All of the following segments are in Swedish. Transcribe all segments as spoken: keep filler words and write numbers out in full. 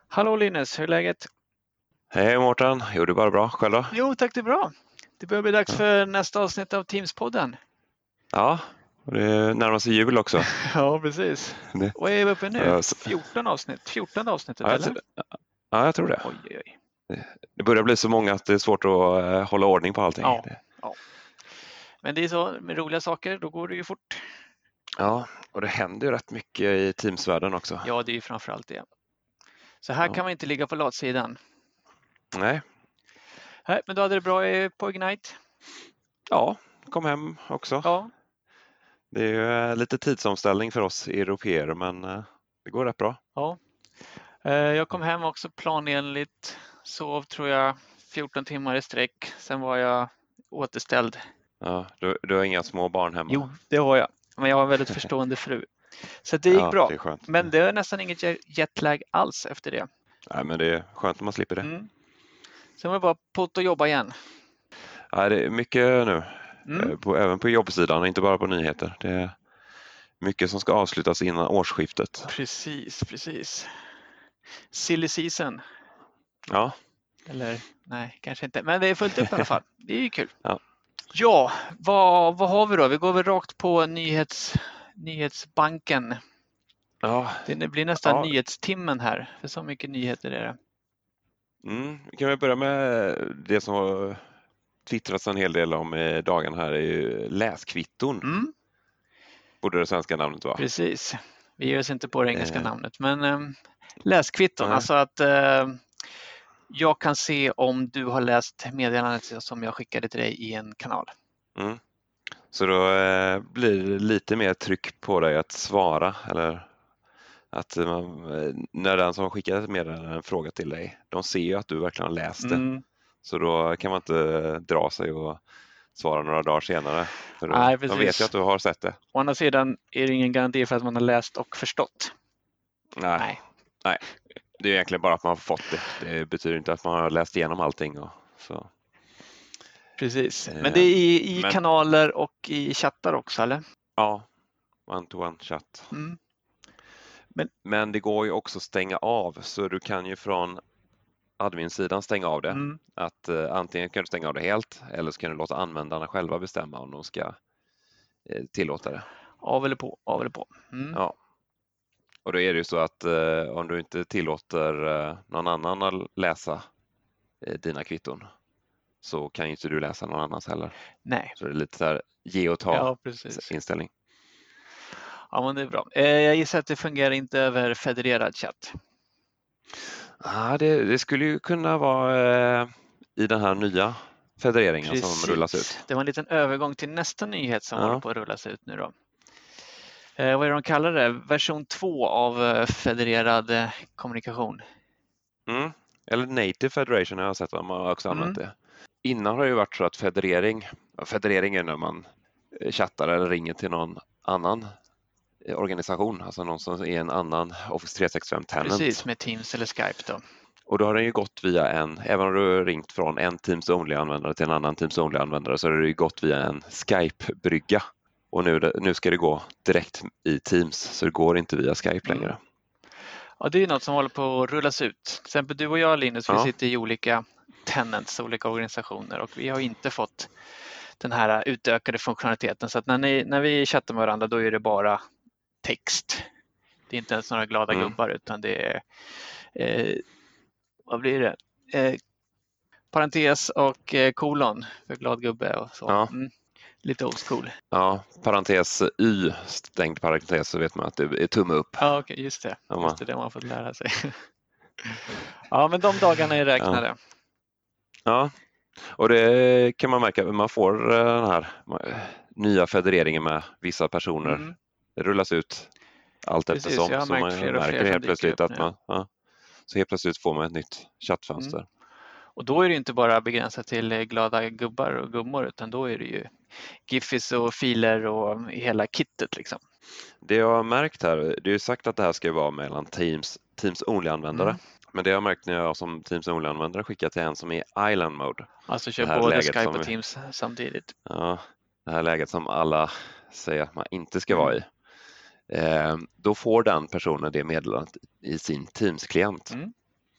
Hallå Linus, hur är läget? Hej Mårten, jo det är bara bra. Själv då? Jo tack, det är bra. Det börjar bli dags Ja. för nästa avsnitt av Teams-podden. Ja, och det närmar sig jul också. Ja, precis. Det, Vad är vi uppe nu? ja, så- fjorton avsnitt. fjortonde avsnittet, ja, jag, eller? tror- ja, jag tror det. Oj, oj, oj. Det börjar bli så många att det är svårt att eh, hålla ordning på allting. Ja. Det- Ja. Men det är så, med roliga saker, då går det ju fort. Ja, och det händer ju rätt mycket i Teams-världen också. Ja, det är ju framförallt det. Så här Ja. kan man inte ligga på latsidan. Nej, Nej, men du hade det bra eh, på Ignite? ja, kom hem också. Ja. Det är ju eh, lite tidsomställning för oss européer, men eh, det går rätt bra. Ja. Eh, Jag kom hem också planenligt. Sov tror jag fjorton timmar i sträck. Sen var jag återställd. Ja, du, du har inga små barn hemma? Jo, det har jag. Men jag har en väldigt förstående fru. Så det gick ja, bra. Det är skönt. Men det är nästan inget jetlag alls efter det. Nej, men det är skönt att man slipper det. Mm. Sen var det bara på att jobba igen. Ja, det är mycket nu. Mm. Eh, På, även på jobbsidan, inte bara på nyheter. Det är mycket som ska avslutas innan årsskiftet. Precis, precis. Silly season. Ja, Eller nej, kanske inte. Men det är fullt upp i alla fall. Det är ju kul. Ja. Ja, vad, vad har vi då? Vi går väl rakt på nyhets, nyhetsbanken. ja. Det blir nästan Ja. nyhetstimmen här. För så mycket nyheter är det. Mm. Kan vi börja med det som har twittrats en hel del om i dagen här, är ju läskvitton. Mm, Borde det svenska namnet vara. precis. Vi ger oss inte på det engelska Eh. namnet. Men eh, läskvitton, Nej. alltså att eh, jag kan se om du har läst meddelandet som jag skickade till dig i en kanal. Mm. Så då eh, blir det lite mer tryck på dig att svara, eller att man, eh, när den som skickar ett meddelande en fråga till dig, de ser ju att du verkligen har läst det. Mm. Så då kan man inte dra sig och svara några dagar senare. För då, Nej, de precis. vet ju att du har sett det. Å andra sidan är det ingen garanti för att man har läst och förstått. Nej, Nej. nej. Det är egentligen bara att man har fått det. Det betyder inte att man har läst igenom allting. Och, så. Precis. Eh, Men det är i, i men- kanaler och i chattar också, eller? Ja, one-to-one chatt. Mm. Men det går ju också att stänga av, så du kan ju från admin-sidan stänga av det. Mm. Att eh, antingen kan du stänga av det helt, eller så kan du låta användarna själva bestämma om de ska eh, tillåta det. Av eller på, av eller på. Mm. Ja. Och då är det ju så att eh, om du inte tillåter eh, någon annan att läsa eh, dina kvitton, så kan ju inte du läsa någon annans heller. Nej. Så det är lite så här ge och ta Ja, precis. inställning. Ja, men det är bra. Eh, Jag gissar att det fungerar inte över federerad chatt. Ah, det, det skulle ju kunna vara eh, i den här nya federeringen som rullas ut. Det var en liten övergång till nästa nyhet som Ja. håller på att rullas ut nu då. Eh, vad är det de kallar det? Version två av eh, federerad eh, kommunikation. Mm. Eller Native Federation har jag sett att man har också Mm. använt det. Innan har det ju varit så att federering, federering är när man eh, chattar eller ringer till någon annan eh, organisation, alltså någon som är en annan Office tre sextiofem tenant. Precis, med Teams eller Skype då. Och då har den ju gått via en, även om du har ringt från en Teams Only-användare till en annan Teams Only-användare, så har det ju gått via en Skype-brygga. Och nu, nu ska det gå direkt i Teams, så det går inte via Skype Mm. längre. Ja, det är något som håller på att rullas ut. Till exempel du och jag, Linus, vi Ja. sitter i olika tenants, olika organisationer, och vi har inte fått den här utökade funktionaliteten. Så att när, ni, när vi chattar med varandra, då är det bara text. Det är inte ens några glada Mm. gubbar, utan det är eh, vad blir det? Eh, parentes och eh, kolon för glad gubbe och så. Ja. Mm. Lite old school. Ja, parentes Y, stängd parentes, så vet man att det är tumme upp. Ja, okej, just det. Ja, Just det, det har man fått lära sig. Ja, men de dagarna är räknade. Ja, och det kan man märka, man får eh, den här eh, nya federeringen med vissa personer. Mm. Det rullas ut allt Precis, eftersom, jag har så märkt man fler och fler märker som helt dyker plötsligt upp att nu. man, ja, så helt plötsligt får man ett nytt chattfönster. Mm. Och då är det inte bara begränsat till eh, glada gubbar och gummor, utan då är det ju giffis och filer och hela kittet liksom. Det jag har märkt här, det är ju sagt att det här ska vara mellan Teams, Teams Only-användare. Mm. Men det jag har märkt när jag som Teams Only-användare skickar till en som är Island Mode. Alltså Det kör här både läget Skype som och vi- Teams samtidigt. Ja, det här läget som alla säger att man inte ska vara i. Eh, då får den personen det meddelandet i sin Teams-klient. Mm.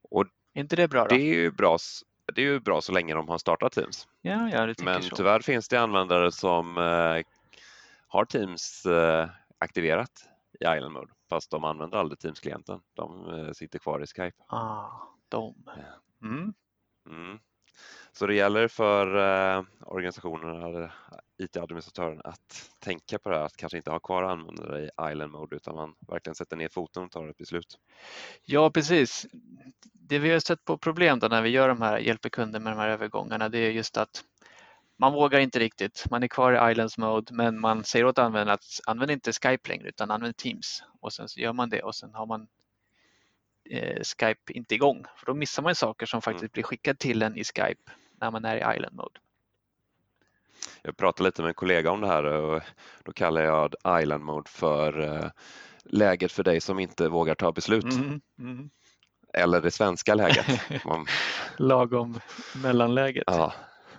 Och Är inte det bra då? det är ju bra, det är ju bra så länge de har startat Teams. Ja, ja, du tänker Men så. tyvärr finns det användare som eh, har Teams eh, aktiverat i Island Mode fast de använder aldrig Teams-klienten. De eh, sitter kvar i Skype. Ah, de. Mm. Mm. Så det gäller för eh, organisationerna eller I T-administratören att tänka på det här, att kanske inte ha kvar användare i Island Mode utan man verkligen sätter ner foten och tar ett beslut. Ja, precis. Det vi har sett på problem då när vi gör de här, hjälper kunder med de här övergångarna, det är just att man vågar inte riktigt. Man är kvar i Islands Mode, men man säger åt användaren att använd inte Skype längre utan använd Teams. Och sen så gör man det och sen har man eh, Skype inte igång. För då missar man saker som faktiskt Mm. blir skickade till en i Skype när man är i Island Mode. Jag pratade lite med en kollega om det här och då kallar jag Island Mode för eh, läget för dig som inte vågar ta beslut. Mm, mm. Eller det svenska läget. Man, Lagom mellanläget. ja.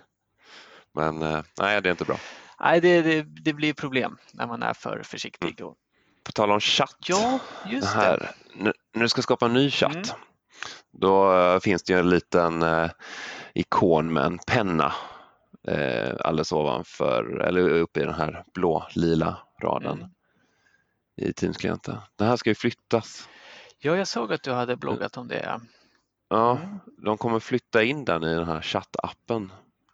Men eh, nej, det är inte bra. Nej, det, det, det blir problem när man är för försiktig. Mm. På tal om chatt. Ja, just det. Här, det. Nu, när du ska skapa en ny chatt, Mm. då uh, finns det ju en liten uh, ikon med en penna uh, alldeles ovanför, eller uppe i den här blå-lila raden Mm. i Teams-klienten. Det här ska ju flyttas. Ja, jag såg att du hade bloggat om det. Ja, Ja, mm. de kommer flytta in den i den här chattappen.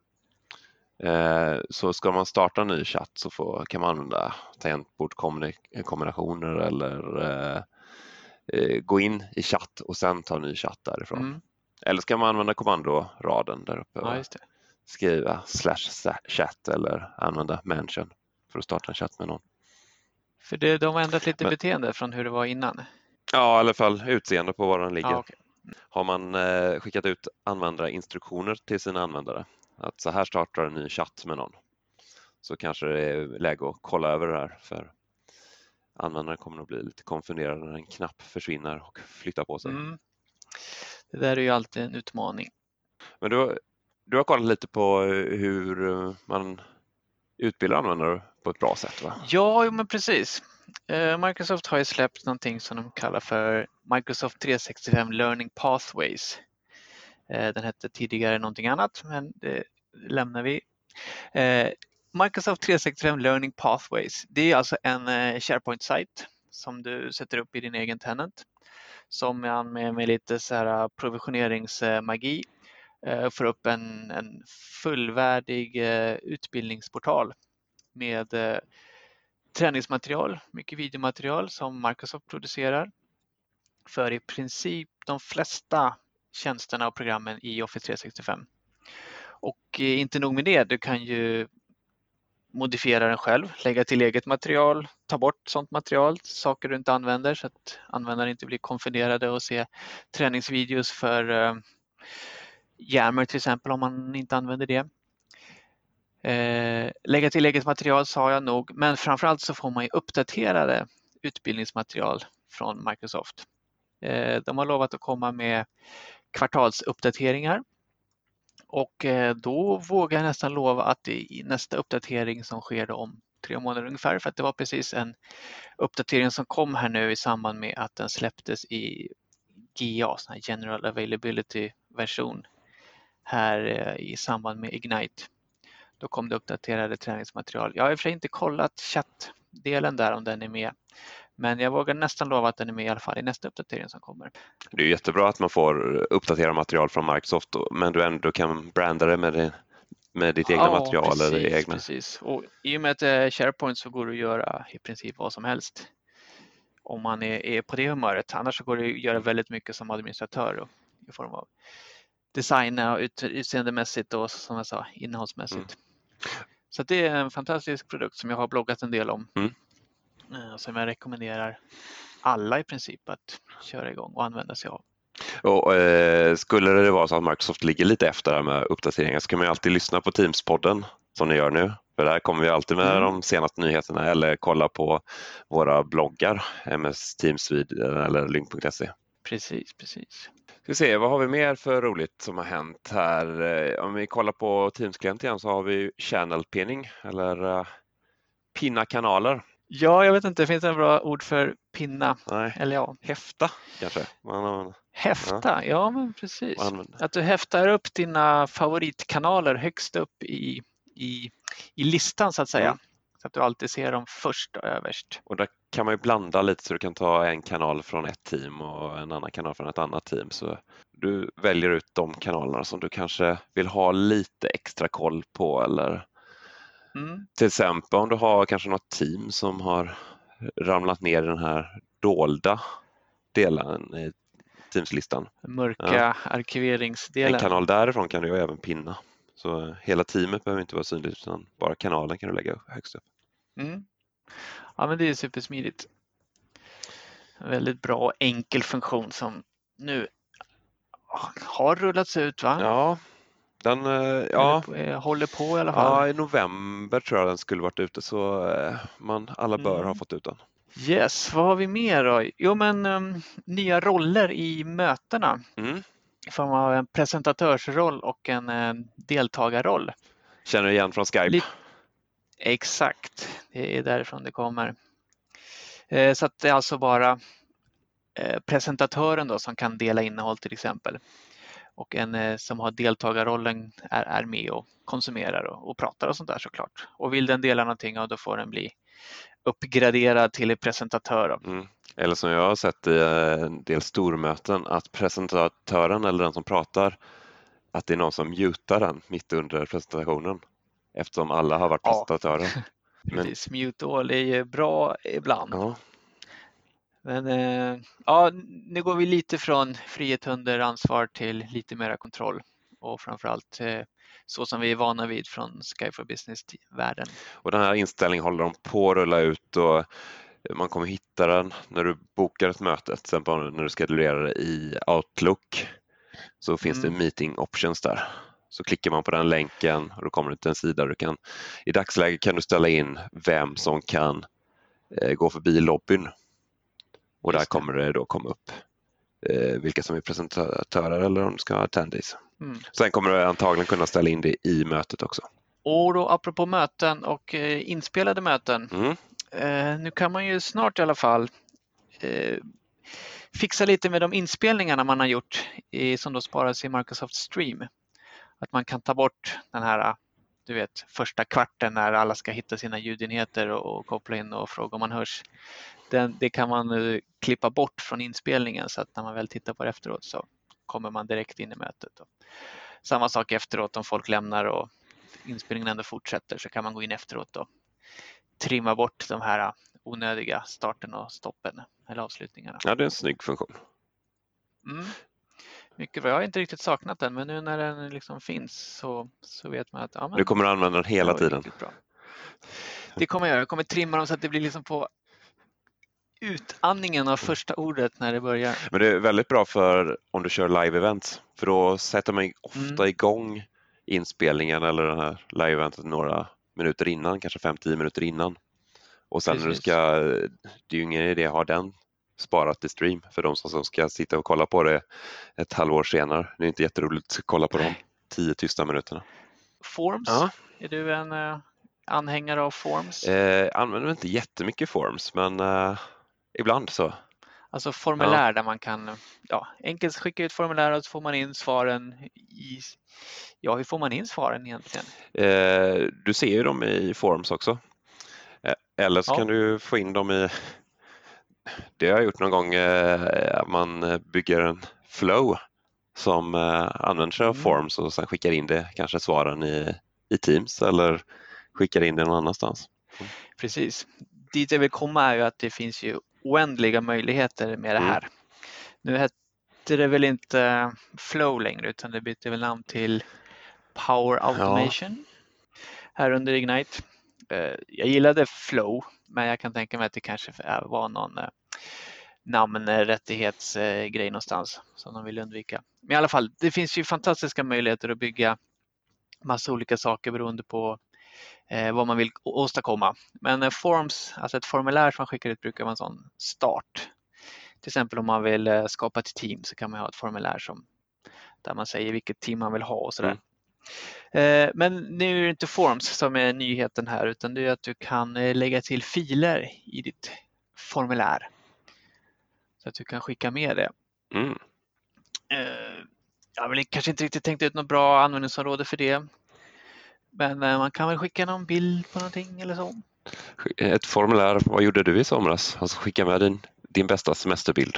Eh, så ska man starta en ny chatt så får, kan man använda tangentbordkombinationer eller eh, eh, gå in i chatt och sen ta en ny chatt därifrån. Mm. Eller ska man använda kommandoraden där uppe och Ja, just det. skriva slash chat eller använda mention för att starta en chatt med någon. För det, de har ändrat lite Men- beteende från hur det var innan. Ja, i alla fall utseende på var den ligger. Ja, okej. Har man eh, skickat ut användarinstruktioner till sina användare att så här startar en ny chatt med någon, så kanske det är läge att kolla över det här, för användaren kommer att bli lite konfunderad när en knapp försvinner och flyttar på sig. Mm. Det där är ju alltid en utmaning. Men du, du har kollat lite på hur man utbildar användare på ett bra sätt, va? Ja, jo, men precis. Eh, Microsoft har ju släppt någonting som de kallar för Microsoft tre sextiofem Learning Pathways. Eh, den hette tidigare någonting annat, men det lämnar vi. Eh, Microsoft tre sextiofem Learning Pathways, det är alltså en eh, SharePoint-sajt som du sätter upp i din egen tenant, som man med, med lite så här provisioneringsmagi eh, får upp en, en fullvärdig eh, utbildningsportal med eh, träningsmaterial, mycket videomaterial som Microsoft producerar för i princip de flesta tjänsterna och programmen i Office tre sextiofem. Och eh, inte nog med det, du kan ju modifiera den själv, lägga till eget material, ta bort sådant material, saker du inte använder så att användare inte blir konfunderade och se träningsvideos för eh, Yammer till exempel om man inte använder det. Eh, lägga till eget material sa jag nog, men framförallt så får man ju uppdaterade utbildningsmaterial från Microsoft. Eh, de har lovat att komma med kvartalsuppdateringar och eh, då vågar jag nästan lova att i nästa uppdatering som sker då om tre månader ungefär, för att det var precis en uppdatering som kom här nu i samband med att den släpptes i G A, sån här General Availability-version här eh, i samband med Ignite. Då kom det uppdaterade träningsmaterial. Jag har i och för sig inte kollat chattdelen där om den är med. Men jag vågar nästan lova att den är med i alla fall i nästa uppdatering som kommer. Det är jättebra att man får uppdatera material från Microsoft då, men du ändå kan branda det med, det, med ditt egna ja, material. Precis, eller egna. precis. Och i och med att det är SharePoint så går det att göra i princip vad som helst. Om man är, är på det humöret. Annars så går det att göra väldigt mycket som administratör och, i form av designa och ut, utseendemässigt och som jag sa innehållsmässigt. Mm. Så det är en fantastisk produkt som jag har bloggat en del om. Mm. Som jag rekommenderar alla i princip att köra igång och använda sig av. Och, eh, skulle det vara så att Microsoft ligger lite efter här med uppdateringar så kan man ju alltid lyssna på Teams-podden som ni gör nu. För där kommer vi alltid med mm. de senaste nyheterna eller kolla på våra bloggar, M S Teams eller lynk punkt se. Precis, precis. Ska vi se, vad har vi mer för roligt som har hänt här? Om vi kollar på Teams-klient igen så har vi channel pinning eller uh, pinna kanaler. Ja, jag vet inte, finns det en bra ord för pinna? Nej. Eller ja. Häfta kanske. Man, Häfta, ja, ja men precis. Använder. Att du häftar upp dina favoritkanaler högst upp i, i, i listan så att säga. Mm. Så att du alltid ser dem först och överst. Och där kan man ju blanda lite så du kan ta en kanal från ett team och en annan kanal från ett annat team. Så du väljer ut de kanalerna som du kanske vill ha lite extra koll på eller mm. till exempel om du har kanske något team som har ramlat ner i den här dolda delen i teamslistan. Mörka ja. Arkiveringsdelen. En kanal därifrån kan du ju även pinna. Så hela teamet behöver inte vara synligt utan bara kanalen kan du lägga högst upp. Mm. Ja men det är supersmidigt. En väldigt bra och enkel funktion som nu har rullats ut va? Ja. Den, ja, håller, på, håller på i alla fall. Ja, i november tror jag den skulle varit ute så man, alla bör mm. ha fått ut den. Yes, vad har vi mer då? Jo men um, nya roller i mötena. Mm. I form av en presentatörsroll och en uh, deltagarroll. Känner du igen från Skype? Lite... Exakt, det är därifrån det kommer. Eh, så att det är alltså bara eh, presentatören då som kan dela innehåll till exempel. Och en eh, som har deltagarrollen är, är med och konsumerar och, och pratar och sånt där såklart. Och vill den dela någonting, ja, då får den bli uppgraderad till presentatör. Mm. Eller som jag har sett i en del stormöten att presentatören eller den som pratar, att det är någon som mutar den mitt under presentationen eftersom alla har varit presentatörer. Ja. Men... Precis, mute all är ju bra ibland. Ja. Men eh, ja, nu går vi lite från frihet under ansvar till lite mera kontroll och framförallt eh, så som vi är vana vid från Skype for Business-världen. Och den här inställningen håller de på att rulla ut och man kommer hitta den när du bokar ett möte, till exempel när du schedulerar det i Outlook så finns mm. det meeting options där. Så klickar man på den länken och då kommer du till en sida. Du kan, i dagsläget kan du ställa in vem som kan eh, gå förbi lobbyn. Och där kommer det då komma upp eh, vilka som är presentatörer eller om du ska ha attendees. Mm. Sen kommer du antagligen kunna ställa in det i mötet också. Och då apropå möten och eh, inspelade möten. Mm. Eh, nu kan man ju snart i alla fall eh, fixa lite med de inspelningarna man har gjort i, som då sparas i Microsoft Stream. Att man kan ta bort den här, du vet, första kvarten när alla ska hitta sina ljudenheter och, och koppla in och fråga om man hörs. Den, det kan man uh, klippa bort från inspelningen så att när man väl tittar på det efteråt så kommer man direkt in i mötet. Och samma sak efteråt om folk lämnar och inspelningen ändå fortsätter så kan man gå in efteråt och trimma bort de här onödiga starten och stoppen eller avslutningarna. Ja, det är en snygg funktion. Mm. Mycket bra. Jag har inte riktigt saknat den men nu när den liksom finns så, så vet man att ja, men, du kommer att använda den hela tiden. Bra. Det kommer jag göra. Jag kommer trimma dem så att det blir liksom på utandningen av första ordet när det börjar. Men det är väldigt bra för om du kör live-events för då sätter man ofta mm. igång inspelningen eller den här live-eventet några minuter innan, kanske fem till tio minuter innan. Och sen när du ska, det är ju ingen idé att ha den sparat i stream för de som ska sitta och kolla på det ett halvår senare. Det är inte jätteroligt att kolla på de tio tysta minuterna. Forms? Ja. Är du en uh, anhängare av Forms? Eh, använder inte jättemycket Forms men uh, ibland så. Alltså formulär ja. Där man kan ja, enkelt skicka ut formulär och så får man in svaren i... Ja, hur får man in svaren egentligen? Eh, du ser ju dem i Forms också. Eh, eller så ja. Kan du få in dem i... Det har jag gjort någon gång, eh, man bygger en flow som eh, använder sig av mm. Forms och sen skickar in det, kanske svaren i, i Teams eller skickar in det någon annanstans. Mm. Precis. Dit jag vill komma är ju att det finns ju oändliga möjligheter med det här. Mm. Nu heter det väl inte Flow längre utan det byter väl namn till Power Automation ja. Här under Ignite. Jag gillade Flow men jag kan tänka mig att det kanske var någon namnrättighetsgrej någonstans som de vill undvika. Men i alla fall, det finns ju fantastiska möjligheter att bygga massa olika saker beroende på eh, vad man vill åstadkomma. Men eh, Forms, alltså ett formulär som man skickar ut brukar vara en sån start. Till exempel om man vill eh, skapa ett team så kan man ha ett formulär som, där man säger vilket team man vill ha och sådär. Mm. Eh, men nu är det inte Forms som är nyheten här utan det är att du kan eh, lägga till filer i ditt formulär. Så att du kan skicka med det. Mm. Eh, jag har väl kanske inte riktigt tänkt ut något bra användningsområde för det. Men eh, man kan väl skicka någon bild på någonting eller så. Ett formulär, vad gjorde du i somras? Alltså skicka med din, din bästa semesterbild.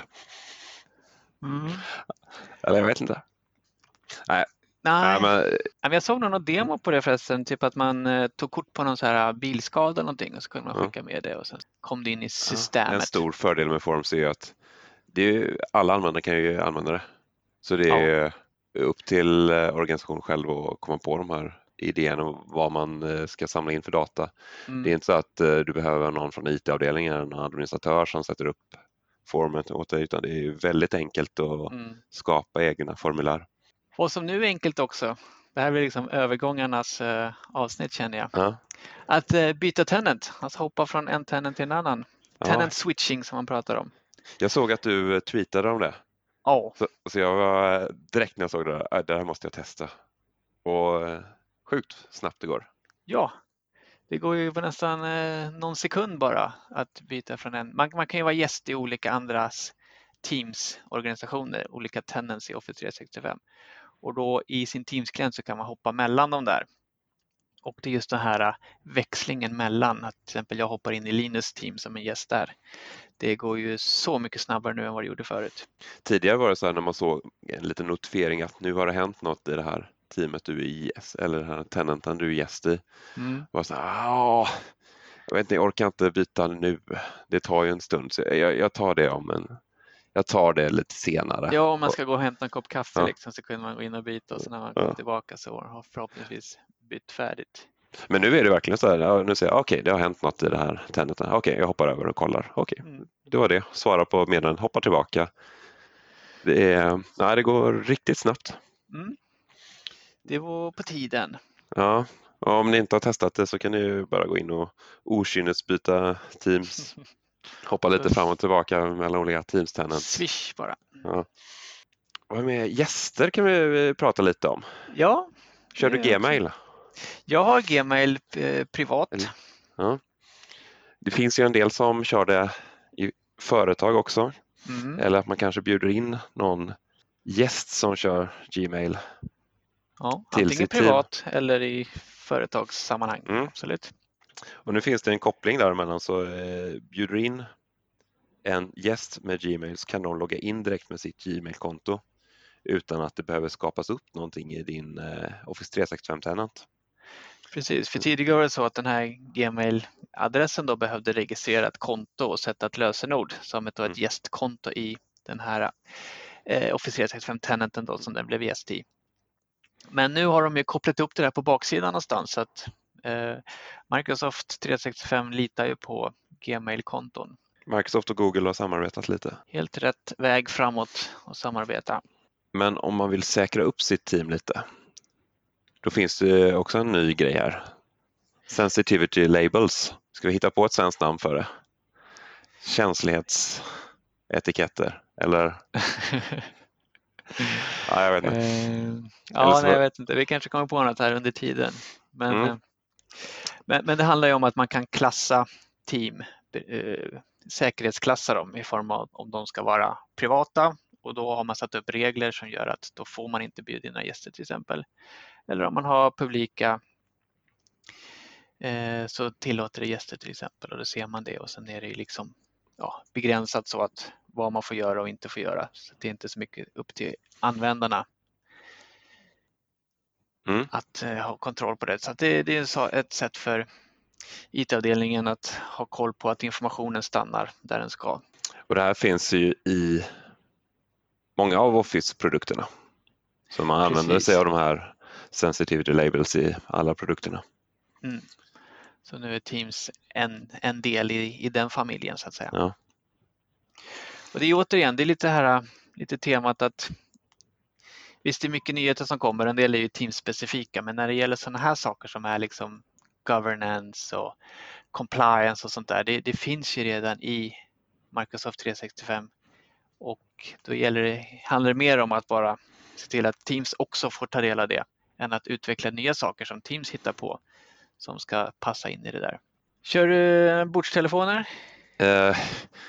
Mm. Eller jag vet inte. Nej. Nej, Nej, men, men jag såg någon demo på det förresten, typ att man eh, tog kort på någon så här bilskada eller någonting och så kunde man Ja. skicka med det och sen kom det in i ja, systemet. en stor fördel med Forms är ju att det är ju, alla användare kan ju använda det. Så det är ja. upp till organisationen själv att komma på de här idéerna om vad man ska samla in för data. Mm. Det är inte så att du behöver någon från I T-avdelningen eller någon administratör som sätter upp formet åt dig, utan det är ju väldigt enkelt att mm. skapa egna formulär. Och som nu är enkelt också, det här är liksom övergångarnas eh, avsnitt känner jag. Ja. Att eh, byta tenant, alltså hoppa från en tenant till en annan. Ja. Tenant switching som man pratar om. Jag såg att du tweetade om det. Ja. Så, så jag var direkt när jag såg det där, det här måste jag testa. Och eh, sjukt snabbt det går. Ja, det går ju på nästan eh, någon sekund bara att byta från en. Man, man kan ju vara gäst i olika andras teams, organisationer, olika tenants i Office tre sextiofem. Och då i sin Teams-klient så kan man hoppa mellan dem där. Och det är just den här växlingen mellan, att till exempel jag hoppar in i Linus team som en gäst där. Det går ju så mycket snabbare nu än vad det gjorde förut. Tidigare var det så här när man såg en liten notifiering att nu har det hänt något i det här teamet du är gäst, eller den här tenanten du är gäst i. Mm. Var så här, åh, jag vet inte, jag orkar inte byta nu. Det tar ju en stund, så jag, jag tar det om en Jag tar det lite senare. Ja, om man ska gå och hämta en kopp kaffe ja. liksom, så kunde man gå in och byta och så när man kommer ja. tillbaka så har förhoppningsvis bytt färdigt. Men nu är det verkligen så här, ja, nu säger jag okej, okay, det har hänt något i det här tennet. Okej, okay, jag hoppar över och kollar. Okej, okay, mm. det var det. Svara på meddelandet, hoppar tillbaka. Det, är, nej, det går riktigt snabbt. Mm. Det var på tiden. Ja, och om ni inte har testat det så kan ni ju bara gå in och okynnesbyta teams. Hoppa lite fram och tillbaka mellan olika teams tenants. Swish bara. Ja. Vad med gäster kan vi prata lite om. Ja. Kör du Gmail? Jag har Gmail eh, privat. Ja. Det finns ju en del som kör det i företag också. Mm. Eller att man kanske bjuder in någon gäst som kör Gmail. Ja, antingen privat team. Eller i företagssammanhang. Mm. Absolut. Och nu finns det en koppling däremellan, så eh, bjuder in en gäst med Gmail så kan de logga in direkt med sitt Gmail-konto utan att det behöver skapas upp någonting i din eh, Office tre sextiofem-tenant. Precis, för tidigare var det så att den här Gmail-adressen då behövde registrera ett konto och sätta ett lösenord som ett, mm. ett gästkonto i den här eh, Office tre sextiofem-tenanten då som den blev gäst i. Men nu har de ju kopplat upp det där på baksidan någonstans, så att eh, Microsoft tre sextiofem litar ju på Gmail-konton. Microsoft och Google har samarbetat lite. Helt rätt väg framåt och samarbeta. Men om man vill säkra upp sitt team lite, då finns det också en ny grej här. Sensitivity labels. Ska vi hitta på ett svenskt namn för det? Känslighetsetiketter, eller? Ja, jag vet inte. Uh, ja, nej, jag vet inte. Vi kanske kommer på något här under tiden. Men, mm. uh, men, men det handlar ju om att man kan klassa team, uh, säkerhetsklassa dem i form av om de ska vara privata, och då har man satt upp regler som gör att då får man inte bjuda in gäster till exempel. Eller om man har publika uh, så tillåter det gäster till exempel, och då ser man det, och sen är det liksom ja, begränsat så att vad man får göra och inte får göra. Så det är inte så mycket upp till användarna mm. att uh, ha kontroll på det. Så det, det är ett sätt för I T-avdelningen att ha koll på att informationen stannar där den ska. Och det här finns ju i många av Office-produkterna. Så man Precis. använder sig av de här sensitivity labels i alla produkterna. Mm. Så nu är Teams en, en del i, i den familjen så att säga. Ja. Och det är återigen, det är lite här lite temat att visst det är mycket nyheter som kommer, en del är ju Teams-specifika, men när det gäller sådana här saker som är liksom governance och compliance och sånt där, det, det finns ju redan i Microsoft tre sextiofem, och då gäller det, handlar det mer om att bara se till att Teams också får ta del av det än att utveckla nya saker som Teams hittar på som ska passa in i det där. Kör du bordstelefoner? Uh,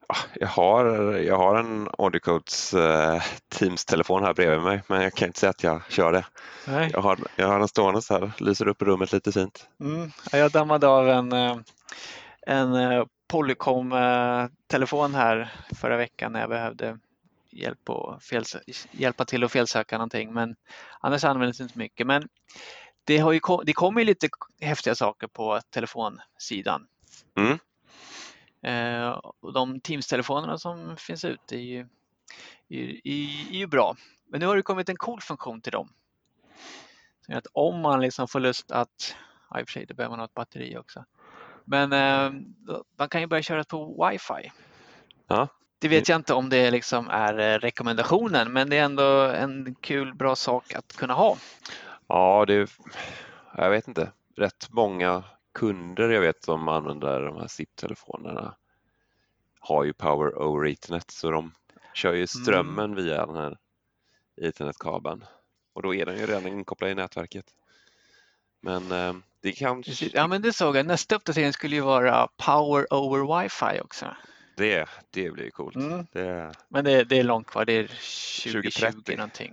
Jag har, jag har en AudioCodes eh, Teams-telefon här bredvid mig, men jag kan inte säga att jag kör det. Nej. Jag har, jag har den stående så här, lyser upp i rummet lite fint. Mm. Jag dammade av en, en Polycom-telefon här förra veckan när jag behövde hjälp på fel, hjälpa till att felsöka någonting, men annars används det inte mycket. Men det, har ju, det kommer ju lite häftiga saker på telefonsidan. Mm. Eh, och de Teams-telefonerna som finns ute är ju, är, är, är ju bra. Men nu har det kommit en cool funktion till dem. Så att om man liksom får lust att, ja, i och för sig det behöver man ha ett batteri också. Men eh, man kan ju börja köra på Wi-Fi. Ja. Det vet jag inte om det liksom är rekommendationen, men det är ändå en kul, bra sak att kunna ha. Ja, det är, jag vet inte. Rätt många kunder jag vet som använder de här S I P-telefonerna har ju Power over Ethernet, så de kör ju strömmen mm. via den här Ethernet-kabeln. Och då är den ju redan inkopplad i nätverket. Men eh, det kan... Ja, men det såg jag. Nästa uppdatering skulle ju vara Power over Wi-Fi också. Det, det blir ju coolt. Mm. Det... Men det, det är långt kvar. Det är tjugo tjugo någonting.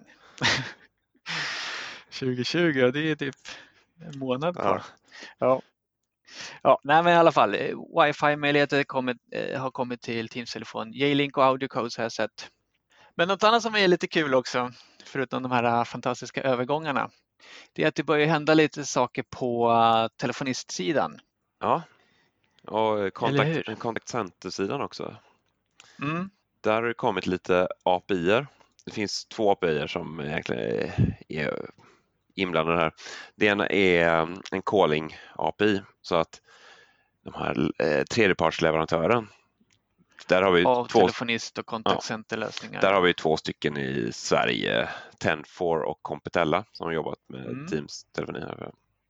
tjugo tjugo, ja, det är typ en månad kvar. Ja. Ja. Ja, nej, men i alla fall, Wi-Fi-möjligheter kommit, eh, har kommit till Teams-telefon. J-Link och AudioCodes har jag sett. Men något annat som är lite kul också, förutom de här fantastiska övergångarna, det är att det börjar hända lite saker på uh, telefonistsidan. Ja, och kontakt, Contact Center-sidan också. Mm. Där har det kommit lite A P I-er. Det finns två A P I-er som egentligen är inblandade här. Det ena är en calling A P I, så att de här eh, tredjepartsleverantören, där har vi av två, telefonist och kontaktcenterlösningar. Ja, där har vi två stycken i Sverige, ten four och Competella, som har jobbat med mm. Teams telefoni här.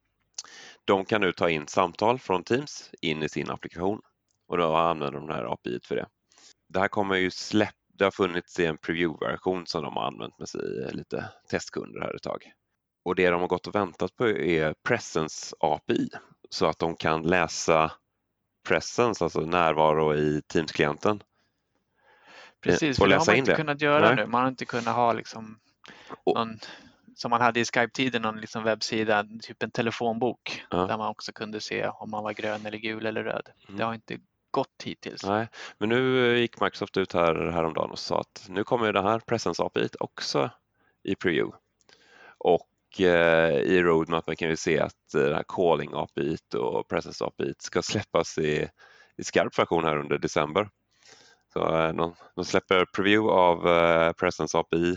De kan nu ta in samtal från Teams in i sin applikation, och då använder de det här A P I för det. Det här kommer ju släpp, det har funnits i en preview-version som de har använt med sig lite testkunder här ett tag. Och det de har gått och väntat på är Presence A P I, så att de kan läsa presence, alltså närvaro i Teams-klienten. Precis, för det har man inte det. kunnat göra Nej. nu. Man har inte kunnat ha liksom någon, som man hade i Skype-tiden, någon liksom webbsida, typ en telefonbok, ja. där man också kunde se om man var grön eller gul eller röd. Mm. Det har inte gått hittills. Nej, men nu gick Microsoft ut här häromdagen och sa att nu kommer det här Presence A P I också i preview. Och i roadmappen kan vi se att det här calling A P I och presence A P I ska släppas i, i skarp version här under december. Så de, de släpper preview av presence A P I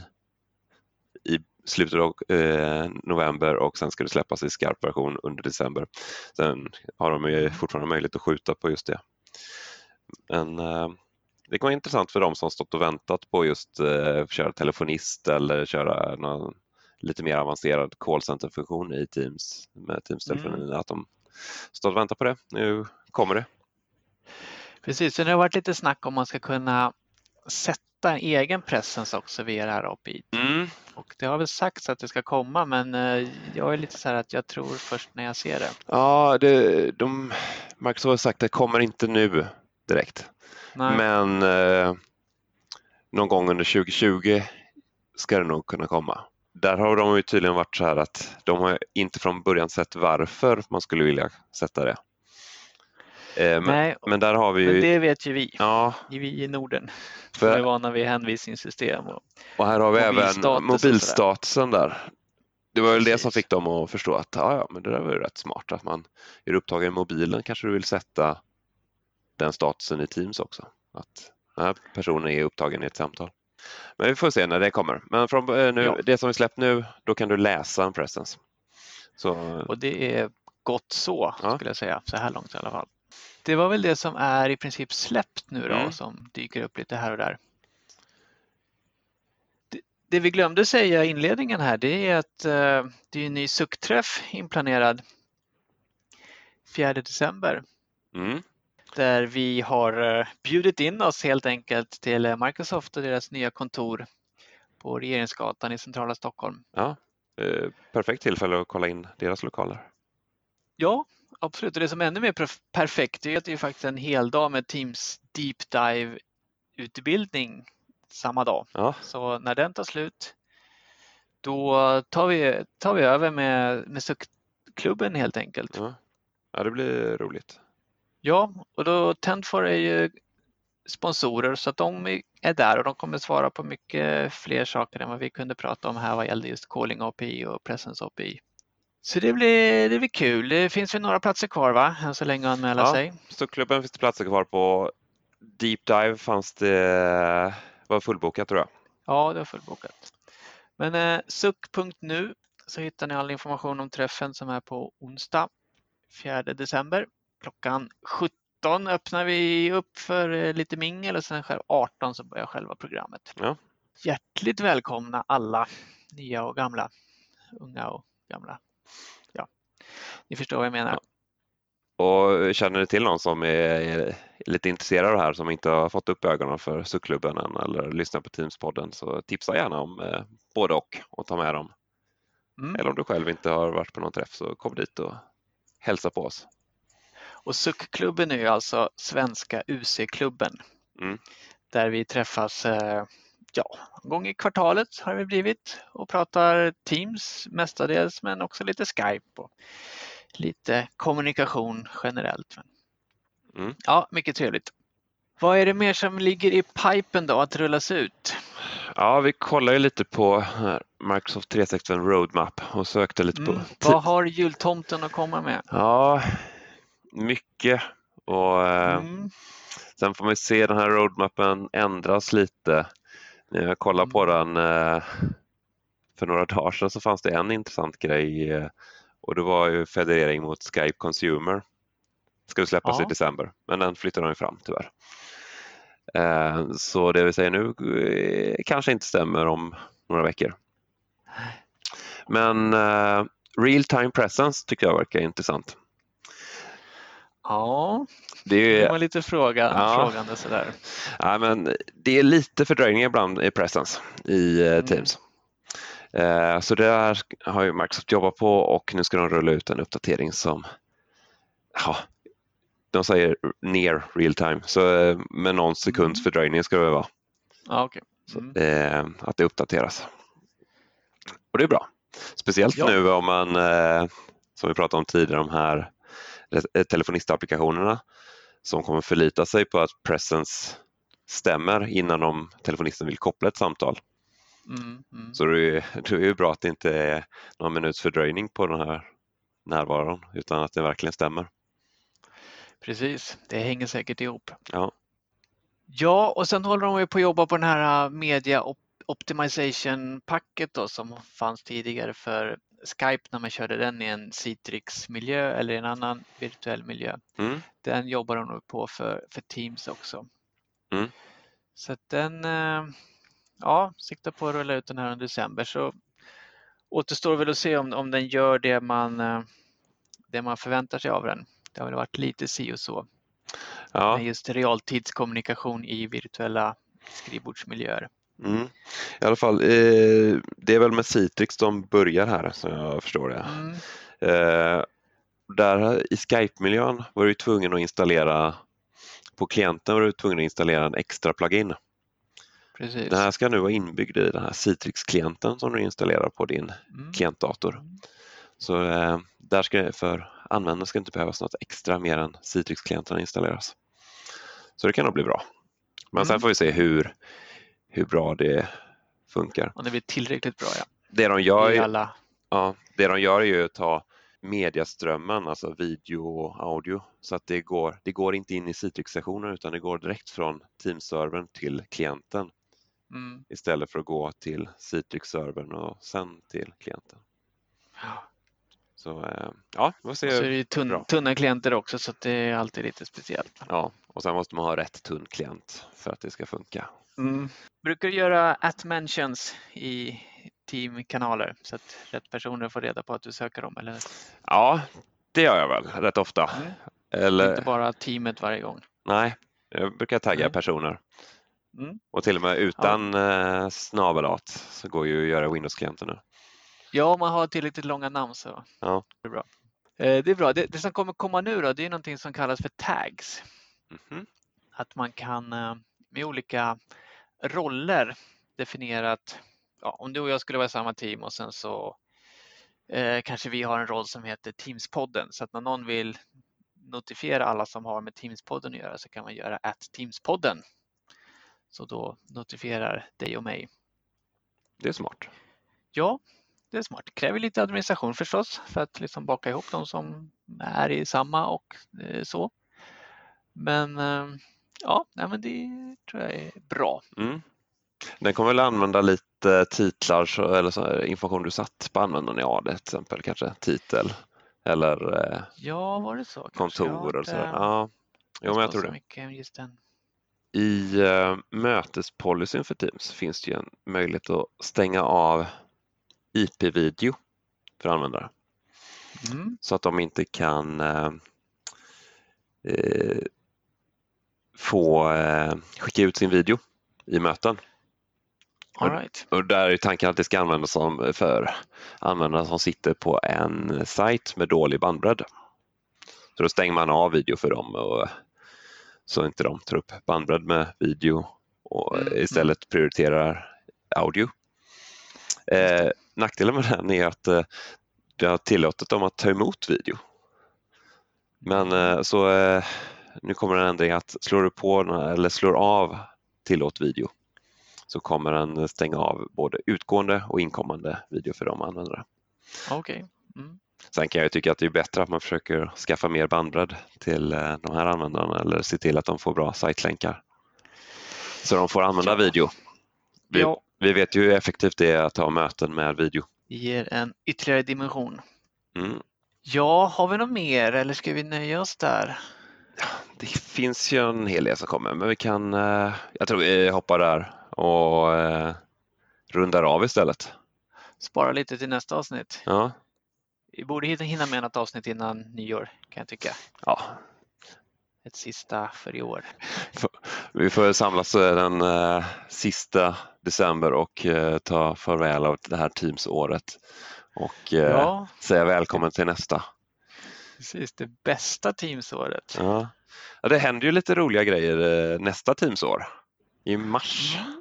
i slutet av eh, november, och sen ska det släppas i skarp version under december. Sen har de ju fortfarande möjlighet att skjuta på just det. Men eh, det kan vara intressant för de som stått och väntat på just eh, köra telefonist eller köra någon lite mer avancerad callcenter-funktion i Teams med Teams-telefonin, mm. att de står och väntar på det. Nu kommer det. Precis, så det har varit lite snack om man ska kunna sätta en egen presence också via det här A P I. Mm. Och det har väl sagts att det ska komma, men jag är lite så här att jag tror först när jag ser det. Ja, det, de, Microsoft har sagt att det kommer inte nu direkt. Nej. Men eh, någon gång under tjugo tjugo ska det nog kunna komma. Där har de ju tydligen varit så här att de har inte från början sett varför man skulle vilja sätta det. Eh, men, Nej, men där har vi ju... men det vet ju vi, ja, vi i Norden, för... som är vana vid hänvisningssystem. Och, och här har vi även mobilstatusen där. Det var väl det som fick dem att förstå att ja, ja, men det där var ju rätt smart, att man är upptagen i mobilen kanske du vill sätta den statusen i Teams också. Att den här personen är upptagen i ett samtal. Men vi får se när det kommer. Men från nu, ja. det som vi släppt nu, då kan du läsa en presence. Så... Och det är gott så, ja. skulle jag säga, så här långt i alla fall. Det var väl det som är i princip släppt nu då, mm. som dyker upp lite här och där. Det, det vi glömde säga i inledningen här, det är att uh, det är en ny S U C-träff inplanerad fjärde december. Mm. Där vi har bjudit in oss helt enkelt till Microsoft och deras nya kontor på Regeringsgatan i centrala Stockholm. Ja, eh, perfekt tillfälle att kolla in deras lokaler. Ja, absolut. Och det som är ännu mer perfekt är att det är faktiskt en hel dag med Teams Deep Dive utbildning samma dag. Ja. Så när den tar slut, då tar vi, tar vi över med, med SUK-klubben helt enkelt. Ja. ja, det blir roligt. Ja, och då Tentfor är ju sponsorer så att de är där och de kommer svara på mycket fler saker än vad vi kunde prata om här vad gällde just calling A P I och presence A P I. Så det blir, det blir kul. Det finns väl några platser kvar va? Än så länge att anmäla Ja, sig. SUK-klubben finns det platser kvar på. Deep Dive fanns det, var fullbokat tror jag. Ja, det var fullbokat. Men eh, suk punkt nu så hittar ni all information om träffen som är på onsdag fjärde december. Klockan sjutton öppnar vi upp för eh, lite mingel och sen arton så börjar själva programmet. Ja. Hjärtligt välkomna alla nya och gamla, unga och gamla. Ja, ni förstår vad jag menar. Ja. Och känner ni till någon som är, är lite intresserad av det här som inte har fått upp ögonen för SUK-klubben än eller lyssnar på Teams-podden så tipsa gärna om eh, både och och ta med dem. Mm. Eller om du själv inte har varit på någon träff så kom dit och hälsa på oss. Och SUK-klubben är ju alltså Svenska U C-klubben. Mm. Där vi träffas eh, ja, en gång i kvartalet har vi blivit och pratar Teams mestadels men också lite Skype och lite kommunikation generellt. Mm. Ja, mycket trevligt. Vad är det mer som ligger i pipen då att rullas ut? Ja, vi kollar ju lite på Microsoft tre sextiofem Roadmap och sökte lite på... Mm, vad har jultomten att komma med? Ja, mycket. Och Mm. sen får man se den här roadmappen ändras lite. När jag kollade på den för några dagar sedan så fanns det en intressant grej och det var ju federering mot Skype Consumer. Ska ju släppas Ja. i december, men den flyttar de fram tyvärr. Så det vi säger nu kanske inte stämmer om några veckor. Men real time presence tycker jag verkar intressant. Ja, det, är, det var lite fråga, ja, frågande sådär. Ja, men det är lite fördröjning ibland i presence i mm. Teams. Så det här har ju Microsoft jobbat på och nu ska de rulla ut en uppdatering som ja, de säger near real time, så med någon sekunds fördröjning ska det vara. Ja, okay. Mm. Så, eh, att det uppdateras. Och det är bra. Speciellt ja. nu om man, eh, som vi pratade om tidigare, de här telefonistapplikationerna som kommer förlita sig på att presence stämmer innan de telefonisten vill koppla ett samtal. Mm, mm. Så det är, det är ju bra att det inte är någon minuts fördröjning på den här närvaron utan att det verkligen stämmer. Precis, det hänger säkert ihop. Ja, ja och sen håller de ju på att jobba på den här media optimization-packet då, som fanns tidigare för Skype när man körde den i en Citrix-miljö eller en annan virtuell miljö. Mm. Den jobbar de nog på för, för Teams också. Mm. Så att den ja, siktar på att rulla ut den här under december, så återstår väl att se om, om den gör det man, det man förväntar sig av den. Det har väl varit lite si och så. Ja. Med just realtidskommunikation i virtuella skrivbordsmiljöer. Mm. I alla fall, eh, det är väl med Citrix de börjar här så jag förstår det. Mm. Eh, där i Skype-miljön var du tvungen att installera, på klienten var du tvungen att installera en extra plugin. Precis. Det här ska nu vara inbyggd i den här Citrix-klienten som du installerar på din mm. klientdator. Mm. Så eh, där ska för användaren ska inte behövas något extra mer än Citrix-klienten installeras. Så det kan nog bli bra. Men mm. sen får vi se hur, hur bra det funkar. Om det blir tillräckligt bra, ja. Det de gör är, alla... ja, det de gör är ju att ta mediaströmmen, alltså video och audio, så att det går, det går inte in i Citrix-sessionen utan det går direkt från Teams-servern till klienten. Mm. Istället för att gå till Citrix-servern och sen till klienten. Ja. Så ja, vi får se. Och så är det tunn, tunna klienter också så att det är alltid lite speciellt. Ja, och sen måste man ha rätt tunn klient för att det ska funka. Mm. Brukar du göra at mentions i teamkanaler så att rätt personer får reda på att du söker dem? Eller? Ja, det gör jag väl rätt ofta. Mm. Eller... Inte bara teamet varje gång. Nej, jag brukar tagga mm. personer. Mm. Och till och med utan ja. snabelat så går ju att göra Windows-klienter nu. Ja, om man har tillräckligt långa namn så ja. det är bra. Eh, det är bra. Det, det som kommer komma nu då, det är någonting som kallas för tags. Mm-hmm. Att man kan eh, med olika roller definierat. Ja, om du och jag skulle vara i samma team och sen så eh, kanske vi har en roll som heter Teamspodden, så att när någon vill notifiera alla som har med Teamspodden att göra så kan man göra at Teamspodden. Så då notifierar dig och mig. Det är smart. Ja, det är smart. Det kräver lite administration förstås för att liksom baka ihop de som är i samma och eh, så. Men eh, ja, nej, men det tror jag är bra. Mm. Den kommer väl använda lite titlar så, eller så, information du satt på användaren i A D till exempel, kanske titel eller eh, ja, var det så? kontor och sådär. Ja, jo, men jag tror det. Mycket just den. I uh, mötespolicyn för Teams finns det ju en möjlighet att stänga av I P-video för användare. Mm. Så att de inte kan uh, uh, få uh, skicka ut sin video i möten. All right. Och där är tanken att det ska användas som för användare som sitter på en sajt med dålig bandbredd. Så då stänger man av video för dem och så inte de tar upp bandbredd med video och Mm. istället prioriterar audio. Eh, nackdelen med den är att eh, det har tillåtit dem att ta emot video. Men eh, så eh, nu kommer en ändring att slår du på eller slår av tillåt video så kommer den stänga av både utgående och inkommande video för de användare. Okej. Okay. Mm. Sen kan jag tycka att det är bättre att man försöker skaffa mer bandbredd till de här användarna eller se till att de får bra sajtlänkar. Så de får använda ja. video. Vi, ja. vi vet ju hur effektivt det är att ha möten med video. Det ger en ytterligare dimension. Mm. Ja, har vi något mer eller ska vi nöja oss där? Det finns ju en hel del som kommer, men vi kan, jag tror vi hoppar där och rundar av istället. Spara lite till nästa avsnitt. Ja. Vi borde hinna med ett avsnitt innan nyår kan jag tycka. Ja. Ett sista för i år. Vi får samlas den eh, sista december och eh, ta farväl av det här Teams-året och eh, ja. säga välkommen till nästa. Precis, det bästa Teams-året. Ja. Ja, det händer ju lite roliga grejer eh, nästa Teams-år i mars. Mm.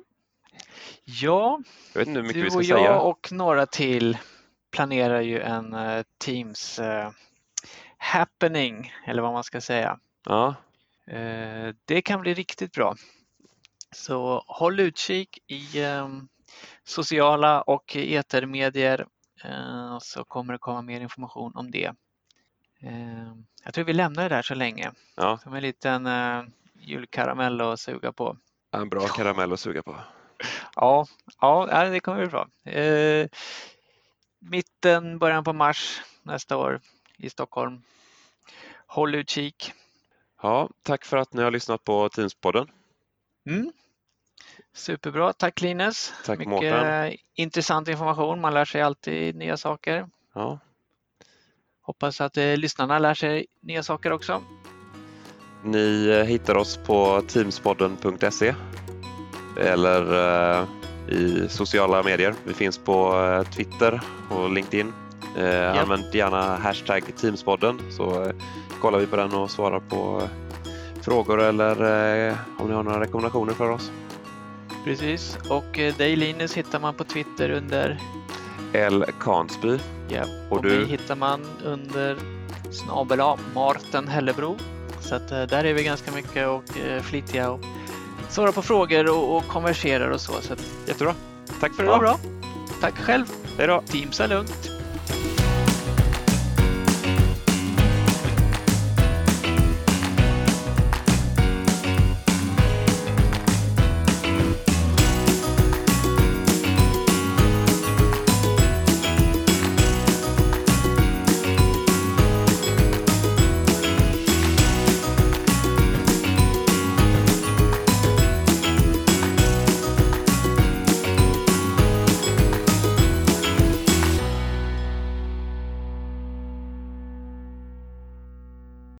Ja, jag vet inte hur mycket du vi ska och jag säga. Och några till planerar ju en uh, Teams uh, happening eller vad man ska säga. Ja. Uh, det kan bli riktigt bra. Så håll utkik i um, sociala och etermedier uh, så kommer det komma mer information om det. Uh, jag tror vi lämnar det där så länge. Ja. Som en liten uh, julkaramell att suga på. En bra karamell att suga på. Ja, ja, det kommer bli bra. Uh, mitten, början på mars nästa år i Stockholm. Håll utkik. Ja, tack för att ni har lyssnat på Teams-podden. Mm. Superbra, tack Linus. Tack Mycket Mårten. Intressant information, man lär sig alltid nya saker. Ja. Hoppas att eh, lyssnarna lär sig nya saker också. Ni eh, hittar oss på teamspodden punkt se eller eh, i sociala medier. Vi finns på eh, Twitter och LinkedIn. Eh, yep. Använd gärna hashtag Teamspodden så eh, kollar vi på den och svarar på eh, frågor eller eh, om ni har några rekommendationer för oss. Precis, och eh, dig Linus hittar man på Twitter under L. Kansby. Ja, och, och du mig hittar man under snabel A Martin Hellebro. Så att, eh, där är vi ganska mycket och eh, flitiga och svarar på frågor och, och konverserar och så. så att, jättebra. Tack för idag. idag. Bra. Tack själv. Hej då. Teams är lugnt.